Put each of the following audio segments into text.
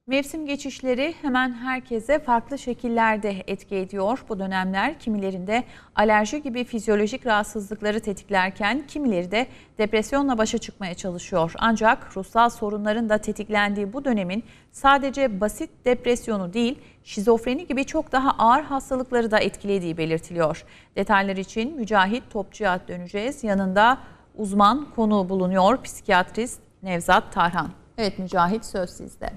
Mevsim geçişleri hemen herkese farklı şekillerde etki ediyor. Bu dönemler kimilerinde alerji gibi fizyolojik rahatsızlıkları tetiklerken kimileri de depresyonla başa çıkmaya çalışıyor. Ancak ruhsal sorunların da tetiklendiği bu dönemin sadece basit depresyonu değil, şizofreni gibi çok daha ağır hastalıkları da etkilediği belirtiliyor. Detaylar için Mücahit Topçu'ya döneceğiz. Yanında uzman konuğu bulunuyor, psikiyatrist Nevzat Tarhan. Evet Mücahit, söz sizde.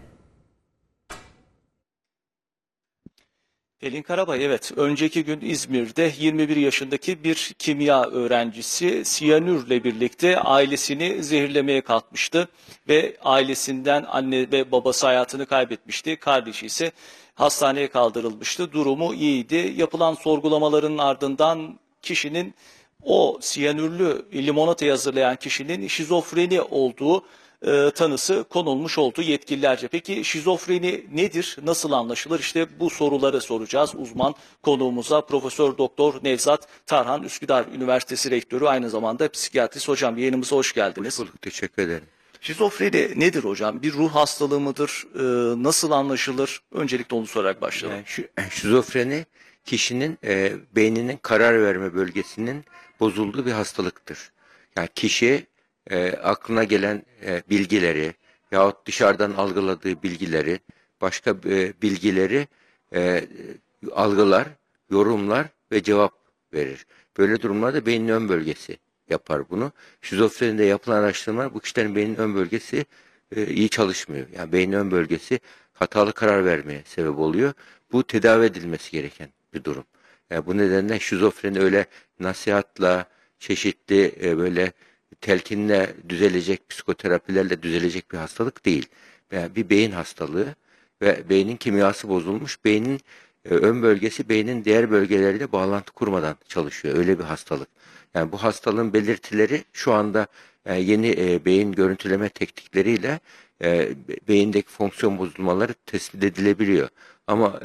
Pelin Karabay, evet, önceki gün İzmir'de 21 yaşındaki bir kimya öğrencisi siyanürle birlikte ailesini zehirlemeye kalkmıştı ve ailesinden anne ve babası hayatını kaybetmişti. Kardeşi ise hastaneye kaldırılmıştı. Durumu iyiydi. Yapılan sorgulamaların ardından kişinin, o siyanürlü limonatayı hazırlayan kişinin şizofreni olduğu tanısı konulmuş oldu yetkililerce. Peki şizofreni nedir? Nasıl anlaşılır? İşte bu soruları soracağız uzman konuğumuza, Profesör Doktor Nevzat Tarhan, Üsküdar Üniversitesi Rektörü, aynı zamanda psikiyatrist. Hocam, yayınımıza hoş geldiniz. Hoş bulduk, teşekkür ederim. Şizofreni nedir hocam? Bir ruh hastalığı mıdır? Nasıl anlaşılır? Öncelikle onu sorarak başlayalım. Şizofreni kişinin beyninin karar verme bölgesinin bozulduğu bir hastalıktır. Yani kişi aklına gelen bilgileri yahut dışarıdan algıladığı bilgileri, başka bilgileri algılar, yorumlar ve cevap verir. Böyle durumlarda beynin ön bölgesi yapar bunu. Şizofrenide yapılan araştırmalar bu kişilerin beynin ön bölgesi iyi çalışmıyor. Yani beynin ön bölgesi hatalı karar vermeye sebep oluyor. Bu tedavi edilmesi gereken bir durum. Yani bu nedenle şizofreni öyle nasihatla, çeşitli böyle telkinle düzelecek, psikoterapilerle düzelecek bir hastalık değil. Yani bir beyin hastalığı ve beynin kimyası bozulmuş. Beynin ön bölgesi beynin diğer bölgeleriyle bağlantı kurmadan çalışıyor. Öyle bir hastalık. Yani bu hastalığın belirtileri şu anda yeni beyin görüntüleme teknikleriyle beyindeki fonksiyon bozulmaları tespit edilebiliyor. Ama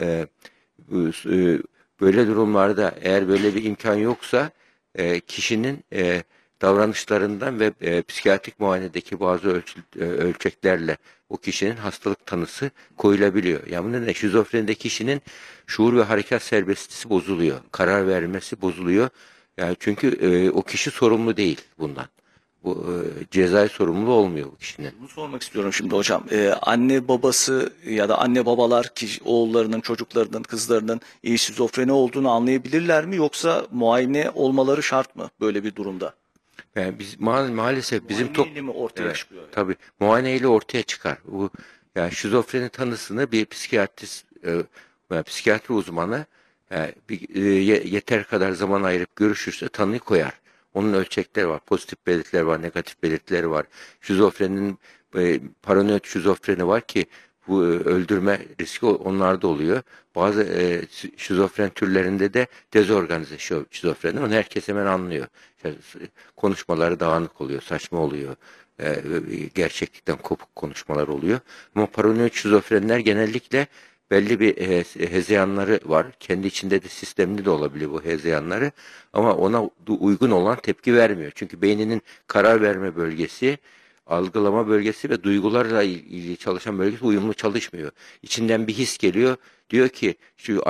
böyle durumlarda eğer böyle bir imkan yoksa kişinin davranışlarından ve psikiyatrik muayenedeki bazı ölçeklerle o kişinin hastalık tanısı koyulabiliyor. Yani bu nedenle şizofrenide kişinin şuur ve harekat serbestisi bozuluyor. Karar vermesi bozuluyor. Yani çünkü o kişi sorumlu değil bundan. Bu cezai sorumlu olmuyor bu kişinin. Bunu sormak istiyorum şimdi hocam. Anne babası ya da anne babalar oğullarının, çocuklarının, kızlarının şizofreni olduğunu anlayabilirler mi? Yoksa muayene olmaları şart mı böyle bir durumda? Yani biz maalesef bizim Muayeneyle mi ortaya çıkıyor? Yani? tabii muayeneyle ortaya çıkar. Bu yani şizofreni tanısını bir psikiyatrist veya psikiyatri uzmanı yeter kadar zaman ayırıp görüşürse tanıyı koyar. Onun ölçekleri var. Pozitif belirtiler var, negatif belirtileri var. Şizofrenin paranoid şizofreni var ki bu öldürme riski onlarda oluyor. Bazı şizofren türlerinde de dezorganize şizofreni. Onu herkes hemen anlıyor. İşte, konuşmaları dağınık oluyor, saçma oluyor. Gerçeklikten kopuk konuşmalar oluyor. Ama paranoid şizofrenler genellikle belli bir hezeyanları var. Kendi içinde de sistemli de olabilir bu hezeyanları. Ama ona uygun olan tepki vermiyor. Çünkü beyninin karar verme bölgesi, algılama bölgesi ve duygularla ilgili çalışan bölgesi uyumlu çalışmıyor. İçinden bir his geliyor. Diyor ki şu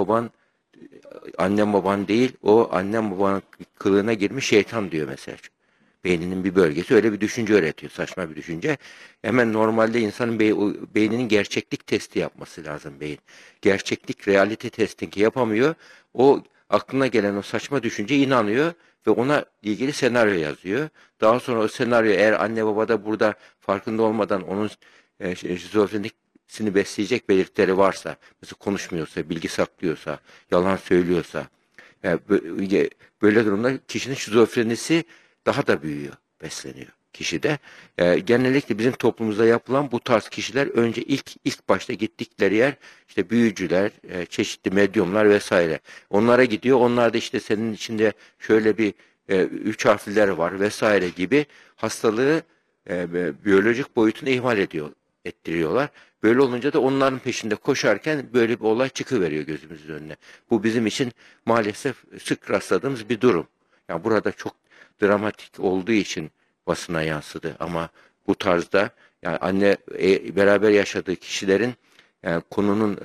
annem baban değil, o annem babanın kılığına girmiş şeytan diyor mesela. Beyninin bir bölgesi öyle bir düşünce öğretiyor. Saçma bir düşünce. Hemen normalde insanın beyninin gerçeklik testi yapması lazım beyin. Gerçeklik, reality testingi yapamıyor. O aklına gelen o saçma düşünce inanıyor ve ona ilgili senaryo yazıyor. Daha sonra o senaryo eğer anne baba da burada farkında olmadan onun şizofrenikini besleyecek belirtileri varsa, mesela konuşmuyorsa, bilgi saklıyorsa, yalan söylüyorsa, yani böyle durumda kişinin şizofrenisi daha da büyüyor, besleniyor kişide. Genellikle bizim toplumumuzda yapılan bu tarz kişiler önce ilk başta gittikleri yer işte büyücüler, çeşitli medyumlar vesaire. Onlara gidiyor. Onlar da işte senin içinde şöyle bir üç harfliler var vesaire gibi hastalığı biyolojik boyutunu ettiriyorlar. Böyle olunca da onların peşinde koşarken böyle bir olay çıkıveriyor gözümüzün önüne. Bu bizim için maalesef sık rastladığımız bir durum. Yani burada çok dramatik olduğu için basına yansıdı ama bu tarzda Yani anne beraber yaşadığı kişilerin yani konunun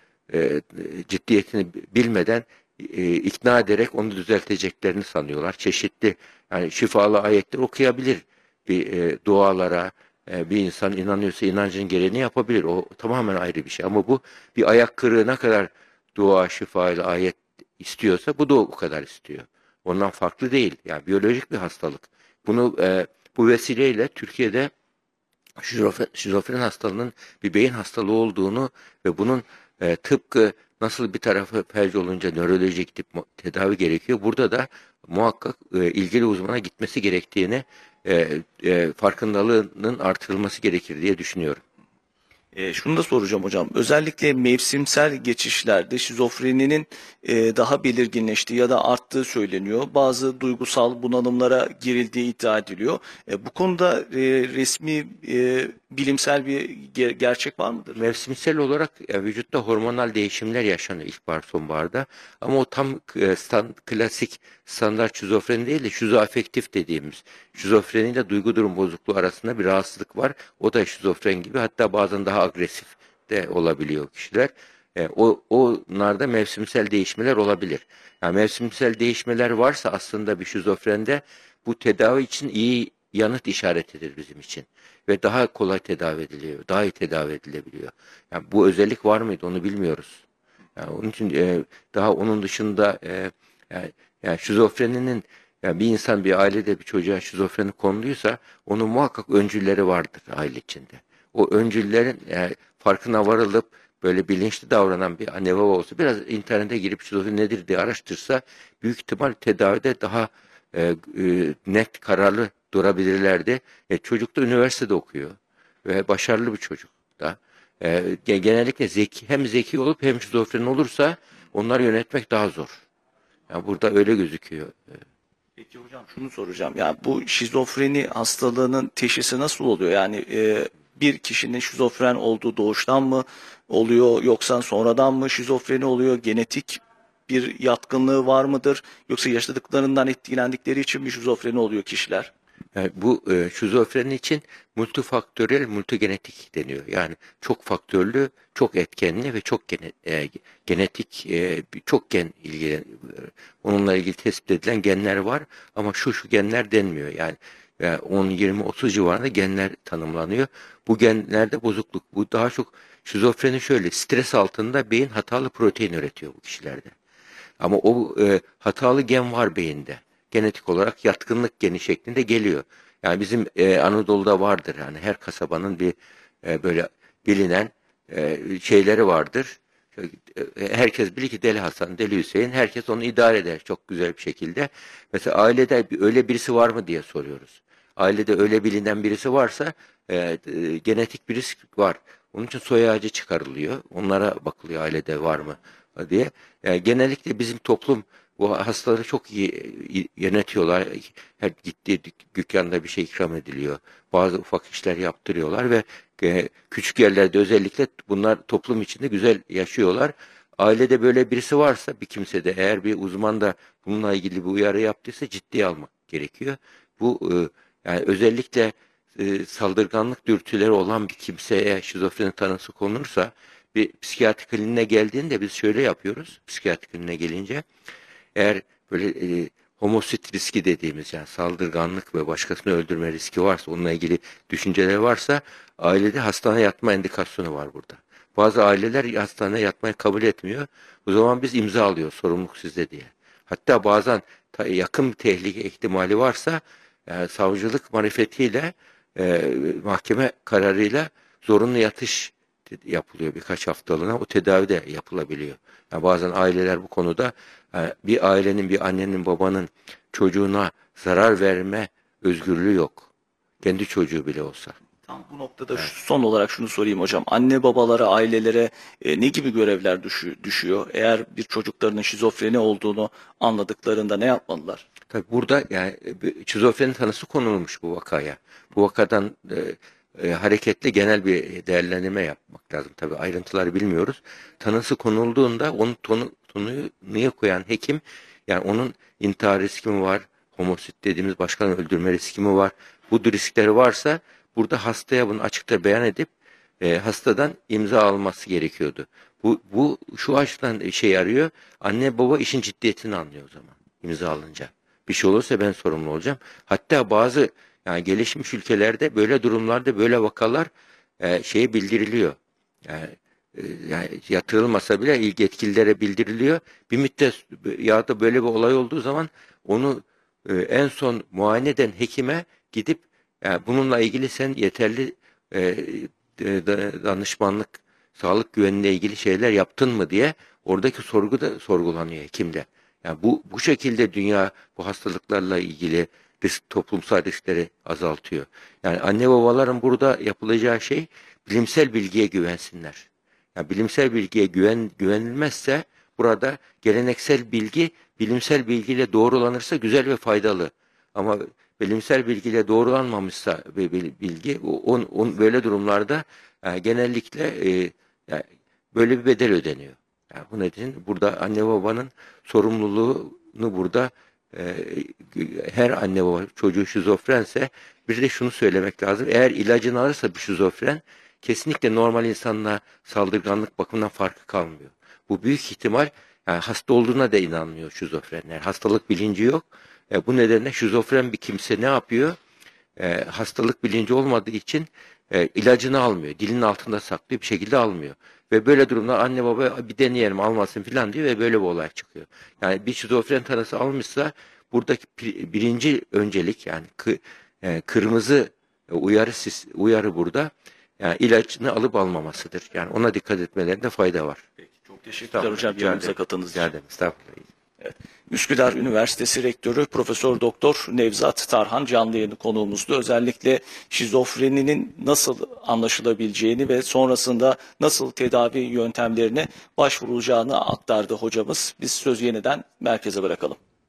ciddiyetini bilmeden ikna ederek onu düzelteceklerini sanıyorlar. Çeşitli yani şifalı ayetler okuyabilir bir dualara. Bir insan inanıyorsa inancın gereğini yapabilir. O tamamen ayrı bir şey. Ama bu bir ayak kırığı ne kadar dua, şifa ile ayet istiyorsa bu da o kadar istiyor. Ondan farklı değil. Yani biyolojik bir hastalık. Bunu bu vesileyle Türkiye'de şizofren hastalığının bir beyin hastalığı olduğunu ve bunun tıpkı nasıl bir tarafı felç olunca nörolojiye gidip tedavi gerekiyor. Burada da muhakkak ilgili uzmana gitmesi gerektiğini farkındalığının artırılması gerekir diye düşünüyorum. Şunu da soracağım hocam. Özellikle mevsimsel geçişlerde şizofreninin daha belirginleştiği ya da arttığı söyleniyor. Bazı duygusal bunalımlara girildiği iddia ediliyor. Bu konuda resmi bilimsel bir gerçek var mıdır? Mevsimsel olarak vücutta hormonal değişimler yaşanıyor ilkbahar sonbaharda. Ama o tam klasik standart şizofreni değil de şizoafektif dediğimiz. Şizofreniyle duygu durum bozukluğu arasında bir rahatsızlık var. O da şizofren gibi, hatta bazen daha agresif de olabiliyor kişiler. Onlarda mevsimsel değişmeler olabilir. Yani mevsimsel değişmeler varsa aslında bir şizofrende bu tedavi için iyi yanıt işaretidir bizim için. Ve daha kolay tedavi ediliyor, daha iyi tedavi edilebiliyor. Yani bu özellik var mıydı onu bilmiyoruz. Yani onun için daha onun dışında yani şizofreninin, yani bir insan bir ailede bir çocuğa şizofreni konuluysa onun muhakkak öncülleri vardır aile içinde. O öncüllerin farkına varılıp böyle bilinçli davranan bir anne baba olsa, biraz internete girip şizofreni nedir diye araştırsa büyük ihtimal tedavide daha net, kararlı durabilirlerdi. Çocuk da üniversitede okuyor ve başarılı bir çocuk da. Genellikle hem zeki olup hem şizofren olursa onları yönetmek daha zor. Yani burada öyle gözüküyor. Peki hocam şunu soracağım. Yani bu şizofreni hastalığının teşhisi nasıl oluyor? Yani bir kişinin şizofren olduğu doğuştan mı oluyor, yoksa sonradan mı şizofreni oluyor? Genetik bir yatkınlığı var mıdır? Yoksa yaşadıklarından etkilendikleri için mi şizofreni oluyor kişiler? Yani bu şizofreni için multifaktörel, multigenetik deniyor. Yani çok faktörlü, çok etkenli ve çok genetik, çok gen ilgili, onunla ilgili tespit edilen genler var ama şu genler denmiyor. Yani 10, 20, 30 civarında genler tanımlanıyor. Bu genlerde bozukluk. Bu daha çok şizofreni şöyle: stres altında beyin hatalı protein üretiyor bu kişilerde. Ama o hatalı gen var beyinde. Genetik olarak yatkınlık geni şeklinde geliyor. Yani bizim Anadolu'da vardır, yani her kasabanın bir böyle bilinen şeyleri vardır. Herkes bilir ki Deli Hasan, Deli Hüseyin, herkes onu idare eder çok güzel bir şekilde. Mesela ailede öyle birisi var mı diye soruyoruz. Ailede öyle bilinen birisi varsa genetik bir risk var. Onun için soy ağacı çıkarılıyor. Onlara bakılıyor ailede var mı diye. Genellikle bizim toplum bu hastaları çok iyi yönetiyorlar. Her gittiği dükkanda bir şey ikram ediliyor. Bazı ufak işler yaptırıyorlar ve küçük yerlerde özellikle bunlar toplum içinde güzel yaşıyorlar. Ailede böyle birisi varsa, bir kimsede, eğer bir uzman da bununla ilgili bir uyarı yaptıysa ciddiye almak gerekiyor. Bu yani özellikle saldırganlık dürtüleri olan bir kimseye şizofreni tanısı konulursa, bir psikiyatri kliniğine geldiğinde biz şöyle yapıyoruz. Psikiyatri kliniğine gelince, eğer böyle homosit riski dediğimiz, yani saldırganlık ve başkasını öldürme riski varsa, onunla ilgili düşünceler varsa, ailede hastaneye yatma endikasyonu var burada. Bazı aileler hastaneye yatmayı kabul etmiyor. O zaman biz imza alıyoruz, sorumluluk sizde diye. Hatta bazen yakın bir tehlike ihtimali varsa savcılık marifetiyle, mahkeme kararıyla zorunlu yatış yapılıyor birkaç haftalığına. O tedavi de yapılabiliyor. Yani bazen aileler bu konuda, bir ailenin, bir annenin, babanın çocuğuna zarar verme özgürlüğü yok. Kendi çocuğu bile olsa. Tam bu noktada son olarak şunu sorayım hocam. Anne babalara, ailelere ne gibi görevler düşüyor? Eğer bir çocuklarının şizofreni olduğunu anladıklarında ne yapmalılar? Tabii burada yani şizofreni tanısı konulmuş bu vakaya. Bu vakadan hareketle genel bir değerlendirme yapmak lazım. Tabii ayrıntıları bilmiyoruz. Tanısı konulduğunda onun tonuyu koyan hekim, yani onun intihar riski mi var, homosit dediğimiz başkalarını öldürme riski mi var? Bu riskleri varsa burada hastaya bunu açıkça beyan edip hastadan imza alması gerekiyordu. Bu şu açıdan işe yarıyor. Anne baba işin ciddiyetini anlıyor o zaman imza alınca. Bir şey olursa ben sorumlu olacağım. Hatta bazı yani gelişmiş ülkelerde böyle durumlarda böyle vakalar şeye bildiriliyor. Yani yatırılmasa bile ilgi yetkililere bildiriliyor. Bir müddet ya da böyle bir olay olduğu zaman onu en son muayene eden hekime gidip bununla ilgili sen yeterli danışmanlık, sağlık güvenliğine ilgili şeyler yaptın mı diye oradaki sorgu da sorgulanıyor hekimde. Yani bu şekilde dünya bu hastalıklarla ilgili toplumsal riskleri azaltıyor. Yani anne babaların burada yapılacağı şey bilimsel bilgiye güvensinler. Yani bilimsel bilgiye güvenilmezse burada geleneksel bilgi bilimsel bilgiyle doğrulanırsa güzel ve faydalı. Ama bilimsel bilgiyle doğrulanmamışsa bilgi böyle durumlarda genellikle yani böyle bir bedel ödeniyor. Yani bu nedenle burada anne babanın sorumluluğunu burada her anne baba çocuğu şizofrense bir de şunu söylemek lazım. Eğer ilacını alırsa bir şizofren kesinlikle normal insanla saldırganlık bakımından farkı kalmıyor. Bu büyük ihtimal yani hasta olduğuna da inanmıyor şizofrenler. Hastalık bilinci yok. Bu nedenle şizofren bir kimse ne yapıyor? Hastalık bilinci olmadığı için ilacını almıyor. Dilinin altında saklıyor bir şekilde almıyor. Ve böyle durumlar anne baba bir deneyelim almasın filan diyor ve böyle bir olay çıkıyor. Yani bir şizofren tanısı almışsa buradaki birinci öncelik yani kırmızı uyarı burada yani ilacını alıp almamasıdır. Yani ona dikkat etmelerinde fayda var. Peki, çok teşekkürler hocam yanımıza katıldığınız için. Estağfurullah. Evet. Üsküdar Üniversitesi Rektörü Profesör Doktor Nevzat Tarhan canlı yayını konuğumuzdu. Özellikle şizofreninin nasıl anlaşılabileceğini ve sonrasında nasıl tedavi yöntemlerine başvurulacağını aktardı hocamız. Biz sözü yeniden merkeze bırakalım.